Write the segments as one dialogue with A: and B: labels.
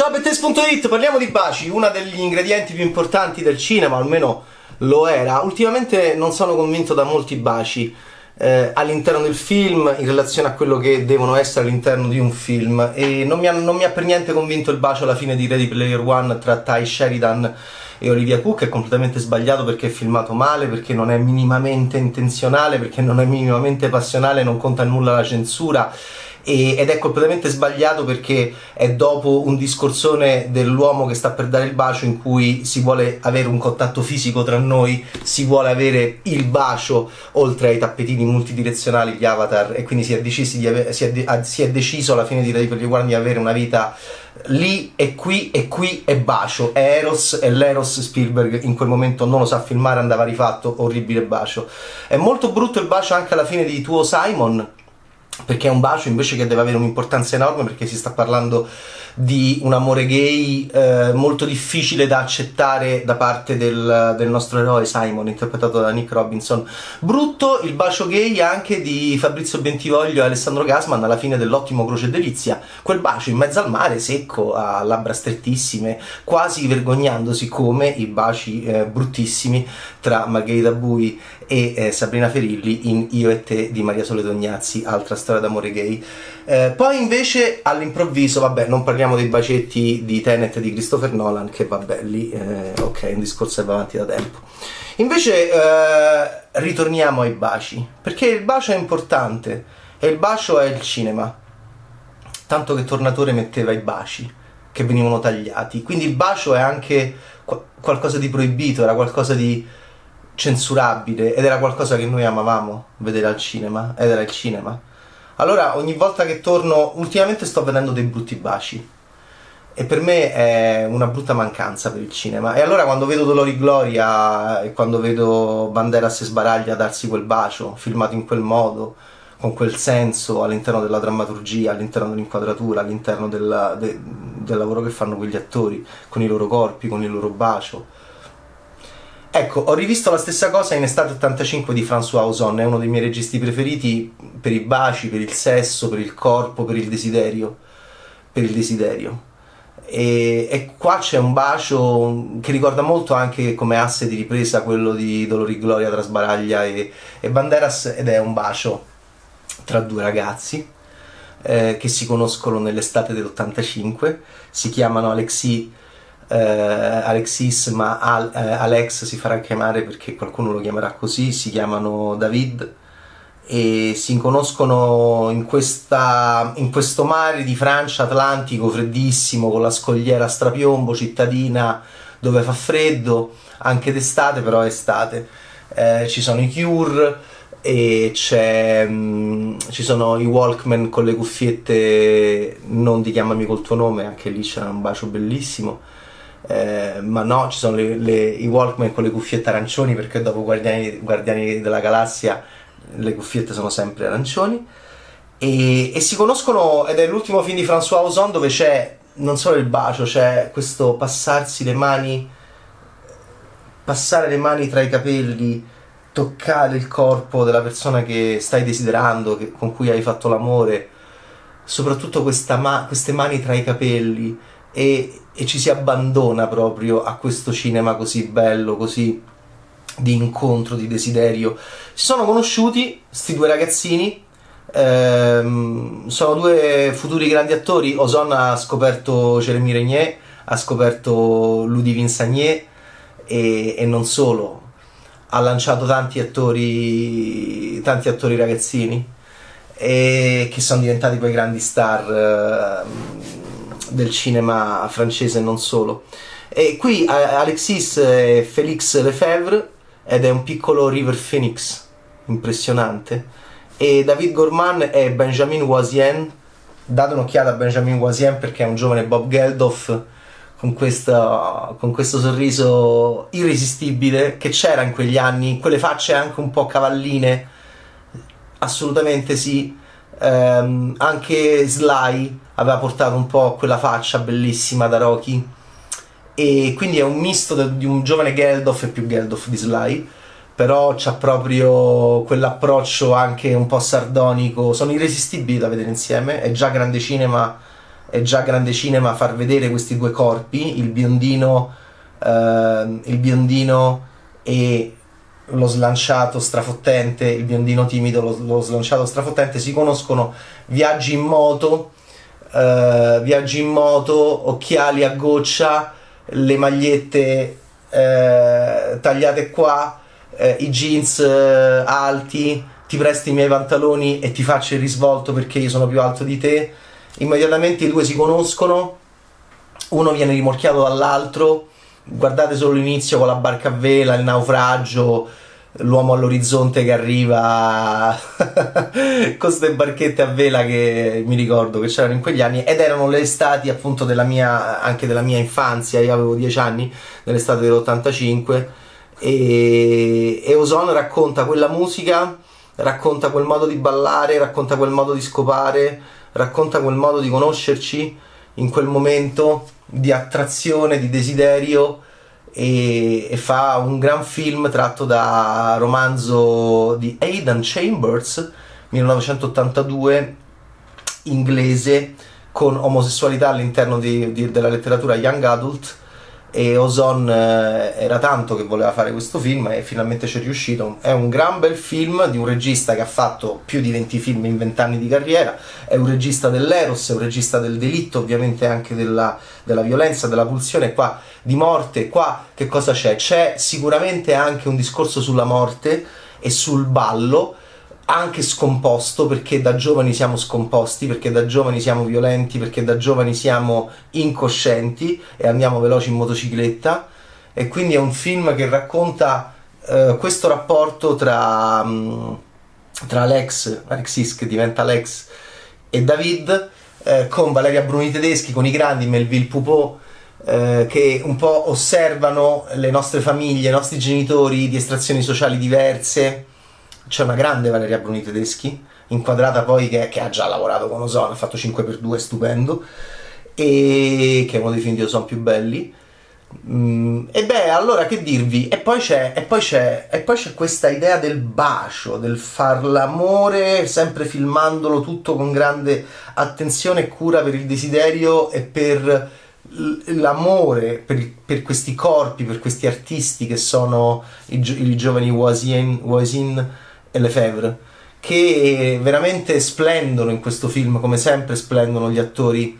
A: Bettes.it, parliamo di baci, uno degli ingredienti più importanti del cinema, almeno lo era. Ultimamente non sono convinto da molti baci all'interno del film in relazione a quello che devono essere all'interno di un film, e non mi ha per niente convinto il bacio alla fine di Ready Player One tra Ty Sheridan e Olivia Cooke. È completamente sbagliato perché è filmato male, perché non è minimamente intenzionale, perché non è minimamente passionale, non conta nulla la censura. Ed è completamente sbagliato perché è dopo un discorsone dell'uomo che sta per dare il bacio, in cui si vuole avere un contatto fisico tra noi, si vuole avere il bacio oltre ai tappetini multidirezionali, gli avatar, e quindi si è deciso alla fine di Ready Player One di avere una vita lì e qui è bacio, è Eros, e l'Eros Spielberg in quel momento non lo sa filmare, andava rifatto, orribile bacio. È molto brutto il bacio anche alla fine di Tuo Simon, perché è un bacio invece che deve avere un'importanza enorme, perché si sta parlando di un amore gay molto difficile da accettare da parte del nostro eroe Simon, interpretato da Nick Robinson. Brutto il bacio gay anche di Fabrizio Bentivoglio e Alessandro Gasman alla fine dell'Ottimo Croce e Delizia, quel bacio in mezzo al mare, secco, a labbra strettissime, quasi vergognandosi, come i baci bruttissimi tra Margherita Bui e Sabrina Ferilli in Io e te di Maria Sole Tognazzi, altra storia d'amore gay. Poi invece all'improvviso, vabbè, non parliamo dei bacetti di Tenet di Christopher Nolan, che vabbè, lì ok, è un discorso che va avanti da tempo. Invece ritorniamo ai baci, perché il bacio è importante e il bacio è il cinema, tanto che Tornatore metteva i baci che venivano tagliati, quindi il bacio è anche qualcosa di proibito, era qualcosa di censurabile, ed era qualcosa che noi amavamo vedere al cinema, ed era il cinema. Allora ogni volta che torno, ultimamente sto vedendo dei brutti baci, e per me è una brutta mancanza per il cinema. E allora quando vedo Dolor e Gloria e quando vedo Banderas e Sbaraglia darsi quel bacio filmato in quel modo, con quel senso all'interno della drammaturgia, all'interno dell'inquadratura, all'interno del lavoro che fanno quegli attori con i loro corpi, con il loro bacio. Ecco, ho rivisto la stessa cosa in Estate 85 di François Ozon, è uno dei miei registi preferiti per i baci, per il sesso, per il corpo, per il desiderio. E qua c'è un bacio che ricorda molto anche come asse di ripresa quello di Dolor e Gloria tra Sbaraglia e Banderas, ed è un bacio tra due ragazzi che si conoscono nell'estate dell'85, si chiamano Alexis, ma Alex si farà chiamare perché qualcuno lo chiamerà così, si chiamano David, e si conoscono in questo mare di Francia atlantico freddissimo, con la scogliera a strapiombo, cittadina dove fa freddo anche d'estate, però è estate. Ci sono i Cure e ci sono i Walkman con le cuffiette non di Chiamami col tuo nome, anche lì c'era un bacio bellissimo. Ma no, ci sono i Walkman con le cuffiette arancioni, perché dopo Guardiani della Galassia le cuffiette sono sempre arancioni, e si conoscono, ed è l'ultimo film di François Ozon dove c'è non solo il bacio, c'è questo passare le mani tra i capelli, toccare il corpo della persona che stai desiderando, con cui hai fatto l'amore, soprattutto queste mani tra i capelli, e ci si abbandona proprio a questo cinema così bello, così di incontro, di desiderio. Si sono conosciuti sti due ragazzini, sono due futuri grandi attori. Ozon ha scoperto Jérémy Régnier, ha scoperto Ludivine Sagnier, e non solo, ha lanciato tanti attori ragazzini, e che sono diventati poi grandi star del cinema francese e non solo. E qui Alexis è Félix Lefebvre, ed è un piccolo River Phoenix impressionante, e David Gorman è Benjamin Voisien. Date un'occhiata a Benjamin Voisien perché è un giovane Bob Geldof con questo sorriso irresistibile che c'era in quegli anni, quelle facce anche un po' cavalline, assolutamente sì. Anche Sly aveva portato un po' quella faccia bellissima da Rocky, e quindi è un misto di un giovane Geldof e più Geldof di Sly, però c'ha proprio quell'approccio anche un po' sardonico. Sono irresistibili da vedere insieme, è già grande cinema è già grande cinema far vedere questi due corpi, il biondino e lo slanciato strafottente, il biondino timido, lo slanciato strafottente, si conoscono, viaggi in moto, occhiali a goccia, le magliette tagliate qua, i jeans alti, ti presto i miei pantaloni e ti faccio il risvolto perché io sono più alto di te. Immediatamente i due si conoscono, uno viene rimorchiato dall'altro. Guardate solo l'inizio con la barca a vela, il naufragio, l'uomo all'orizzonte che arriva con queste barchette a vela che mi ricordo che c'erano in quegli anni, ed erano le estati appunto anche della mia infanzia. Io avevo 10 anni nell'estate dell'85 e Ozon racconta quella musica, racconta quel modo di ballare, racconta quel modo di scopare, racconta quel modo di conoscerci in quel momento di attrazione, di desiderio, e fa un gran film tratto da romanzo di Aidan Chambers 1982, inglese, con omosessualità all'interno della letteratura young adult, e Ozon era tanto che voleva fare questo film e finalmente ci è riuscito. È un gran bel film di un regista che ha fatto più di 20 film in 20 anni di carriera, è un regista dell'eros, è un regista del delitto, ovviamente anche della violenza, della pulsione, qua di morte. Qua che cosa c'è? C'è sicuramente anche un discorso sulla morte e sul ballo, anche scomposto, perché da giovani siamo scomposti, perché da giovani siamo violenti, perché da giovani siamo incoscienti e andiamo veloci in motocicletta. E quindi è un film che racconta questo rapporto tra Alexis, che diventa Alex, e David, con Valeria Bruni Tedeschi, con i grandi Melville Poupeau, che un po' osservano le nostre famiglie, i nostri genitori di estrazioni sociali diverse. C'è una grande Valeria Bruni Tedeschi, inquadrata poi, che ha già lavorato con Ozon, ha fatto 5x2, stupendo, e che è uno dei film di Ozon più belli. E beh, allora che dirvi? E poi c'è questa idea del bacio, del far l'amore, sempre filmandolo tutto con grande attenzione e cura per il desiderio e per l'amore per questi corpi, per questi artisti che sono i giovani Voisin e Lefebvre, che veramente splendono in questo film, come sempre splendono gli attori,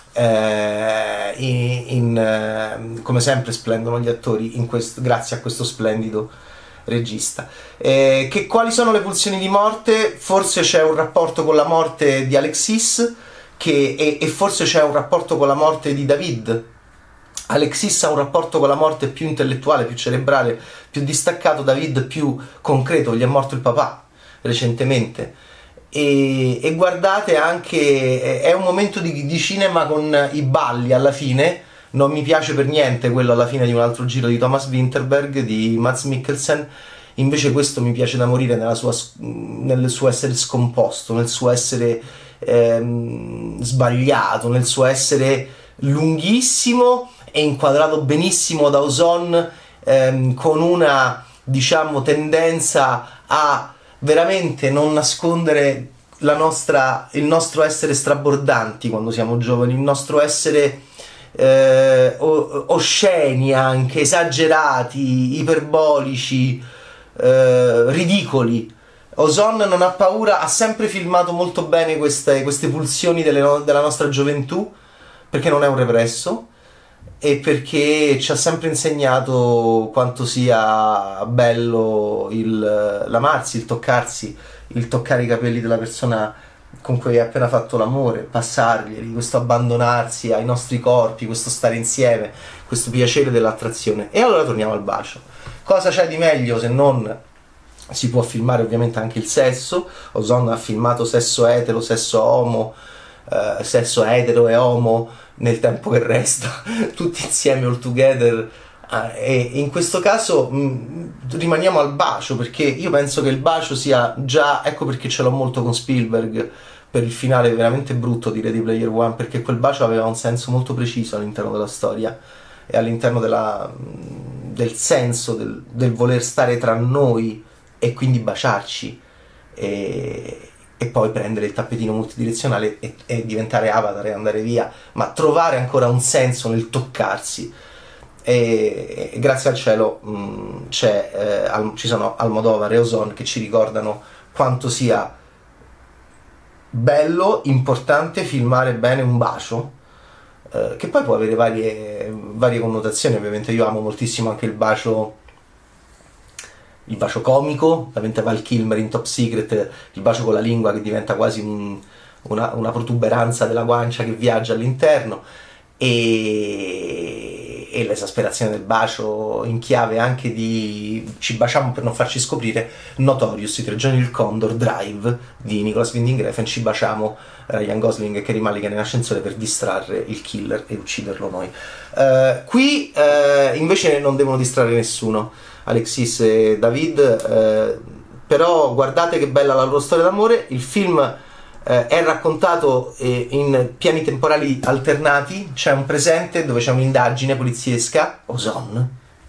A: come sempre splendono gli attori grazie a questo splendido regista. Quali sono le pulsioni di morte? Forse c'è un rapporto con la morte di Alexis, e forse c'è un rapporto con la morte di David. Alexis ha un rapporto con la morte più intellettuale, più cerebrale, più distaccato, David più concreto, gli è morto il papà recentemente. E guardate anche, è un momento di cinema con i balli alla fine. Non mi piace per niente quello alla fine di Un altro giro di Thomas Vinterberg, di Mads Mikkelsen. Invece questo mi piace da morire nel suo essere scomposto, nel suo essere sbagliato, nel suo essere lunghissimo e inquadrato benissimo da Ozon, con una, diciamo, tendenza a veramente non nascondere il nostro essere strabordanti quando siamo giovani, il nostro essere osceni, anche esagerati, iperbolici, ridicoli. Ozon non ha paura, ha sempre filmato molto bene queste pulsioni della nostra gioventù, perché non è un represso e perché ci ha sempre insegnato quanto sia bello l'amarsi, il toccarsi, il toccare i capelli della persona con cui hai appena fatto l'amore, passarglieli, questo abbandonarsi ai nostri corpi, questo stare insieme, questo piacere dell'attrazione. E allora torniamo al bacio. Cosa c'è di meglio se non... Si può filmare ovviamente anche il sesso. Ozon ha filmato sesso etero, sesso homo, sesso etero e homo nel tempo che resta, tutti insieme, all together. E in questo caso rimaniamo al bacio, perché io penso che il bacio sia già, ecco perché ce l'ho molto con Spielberg per il finale veramente brutto di Ready Player One, perché quel bacio aveva un senso molto preciso all'interno della storia e all'interno del senso del voler stare tra noi e quindi baciarci, e e poi prendere il tappetino multidirezionale e diventare Avatar e andare via, ma trovare ancora un senso nel toccarsi. E grazie al cielo ci sono Almodovar e Ozon che ci ricordano quanto sia bello, importante filmare bene un bacio, che poi può avere varie connotazioni. Ovviamente io amo moltissimo anche il bacio comico, ovviamente Val Kilmer in Top Secret, il bacio con la lingua che diventa quasi una protuberanza della guancia che viaggia all'interno, e l'esasperazione del bacio in chiave anche di ci baciamo per non farci scoprire. Notorious, I 3 giorni del Condor, Drive di Nicolas Winding Refn, ci baciamo Ryan Gosling e Carey Mulligan in ascensore per distrarre il killer e ucciderlo noi. Qui invece non devono distrarre nessuno, Alexis e David, però guardate che bella la loro storia d'amore. Il film è raccontato in piani temporali alternati, c'è un presente dove c'è un'indagine poliziesca, Ozon,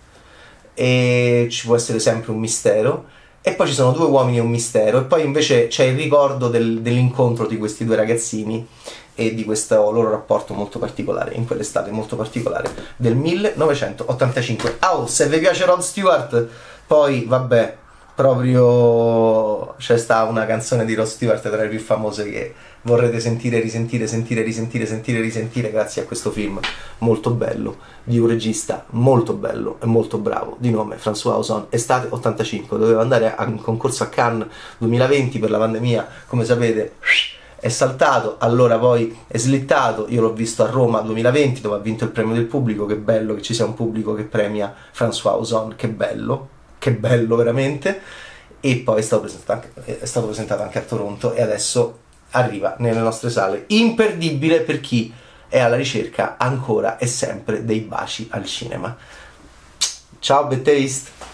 A: e ci può essere sempre un mistero, e poi ci sono 2 uomini e un mistero, e poi invece c'è il ricordo dell'incontro di questi 2 ragazzini e di questo loro rapporto molto particolare, in quell'estate molto particolare del 1985. Se vi piace Rod Stewart, poi vabbè, proprio c'è sta una canzone di Rod Stewart tra le più famose che vorrete sentire, risentire, risentire grazie a questo film molto bello di un regista molto bello e molto bravo di nome François Ozon. Estate 85, doveva andare a un concorso a Cannes 2020, per la pandemia come sapete è saltato, allora poi è slittato. Io l'ho visto a Roma 2020 dove ha vinto il premio del pubblico. Che bello che ci sia un pubblico che premia François Ozon, che bello veramente. E poi è stato presentato anche a Toronto e adesso arriva nelle nostre sale. Imperdibile per chi è alla ricerca ancora e sempre dei baci al cinema. Ciao, Bad Taste!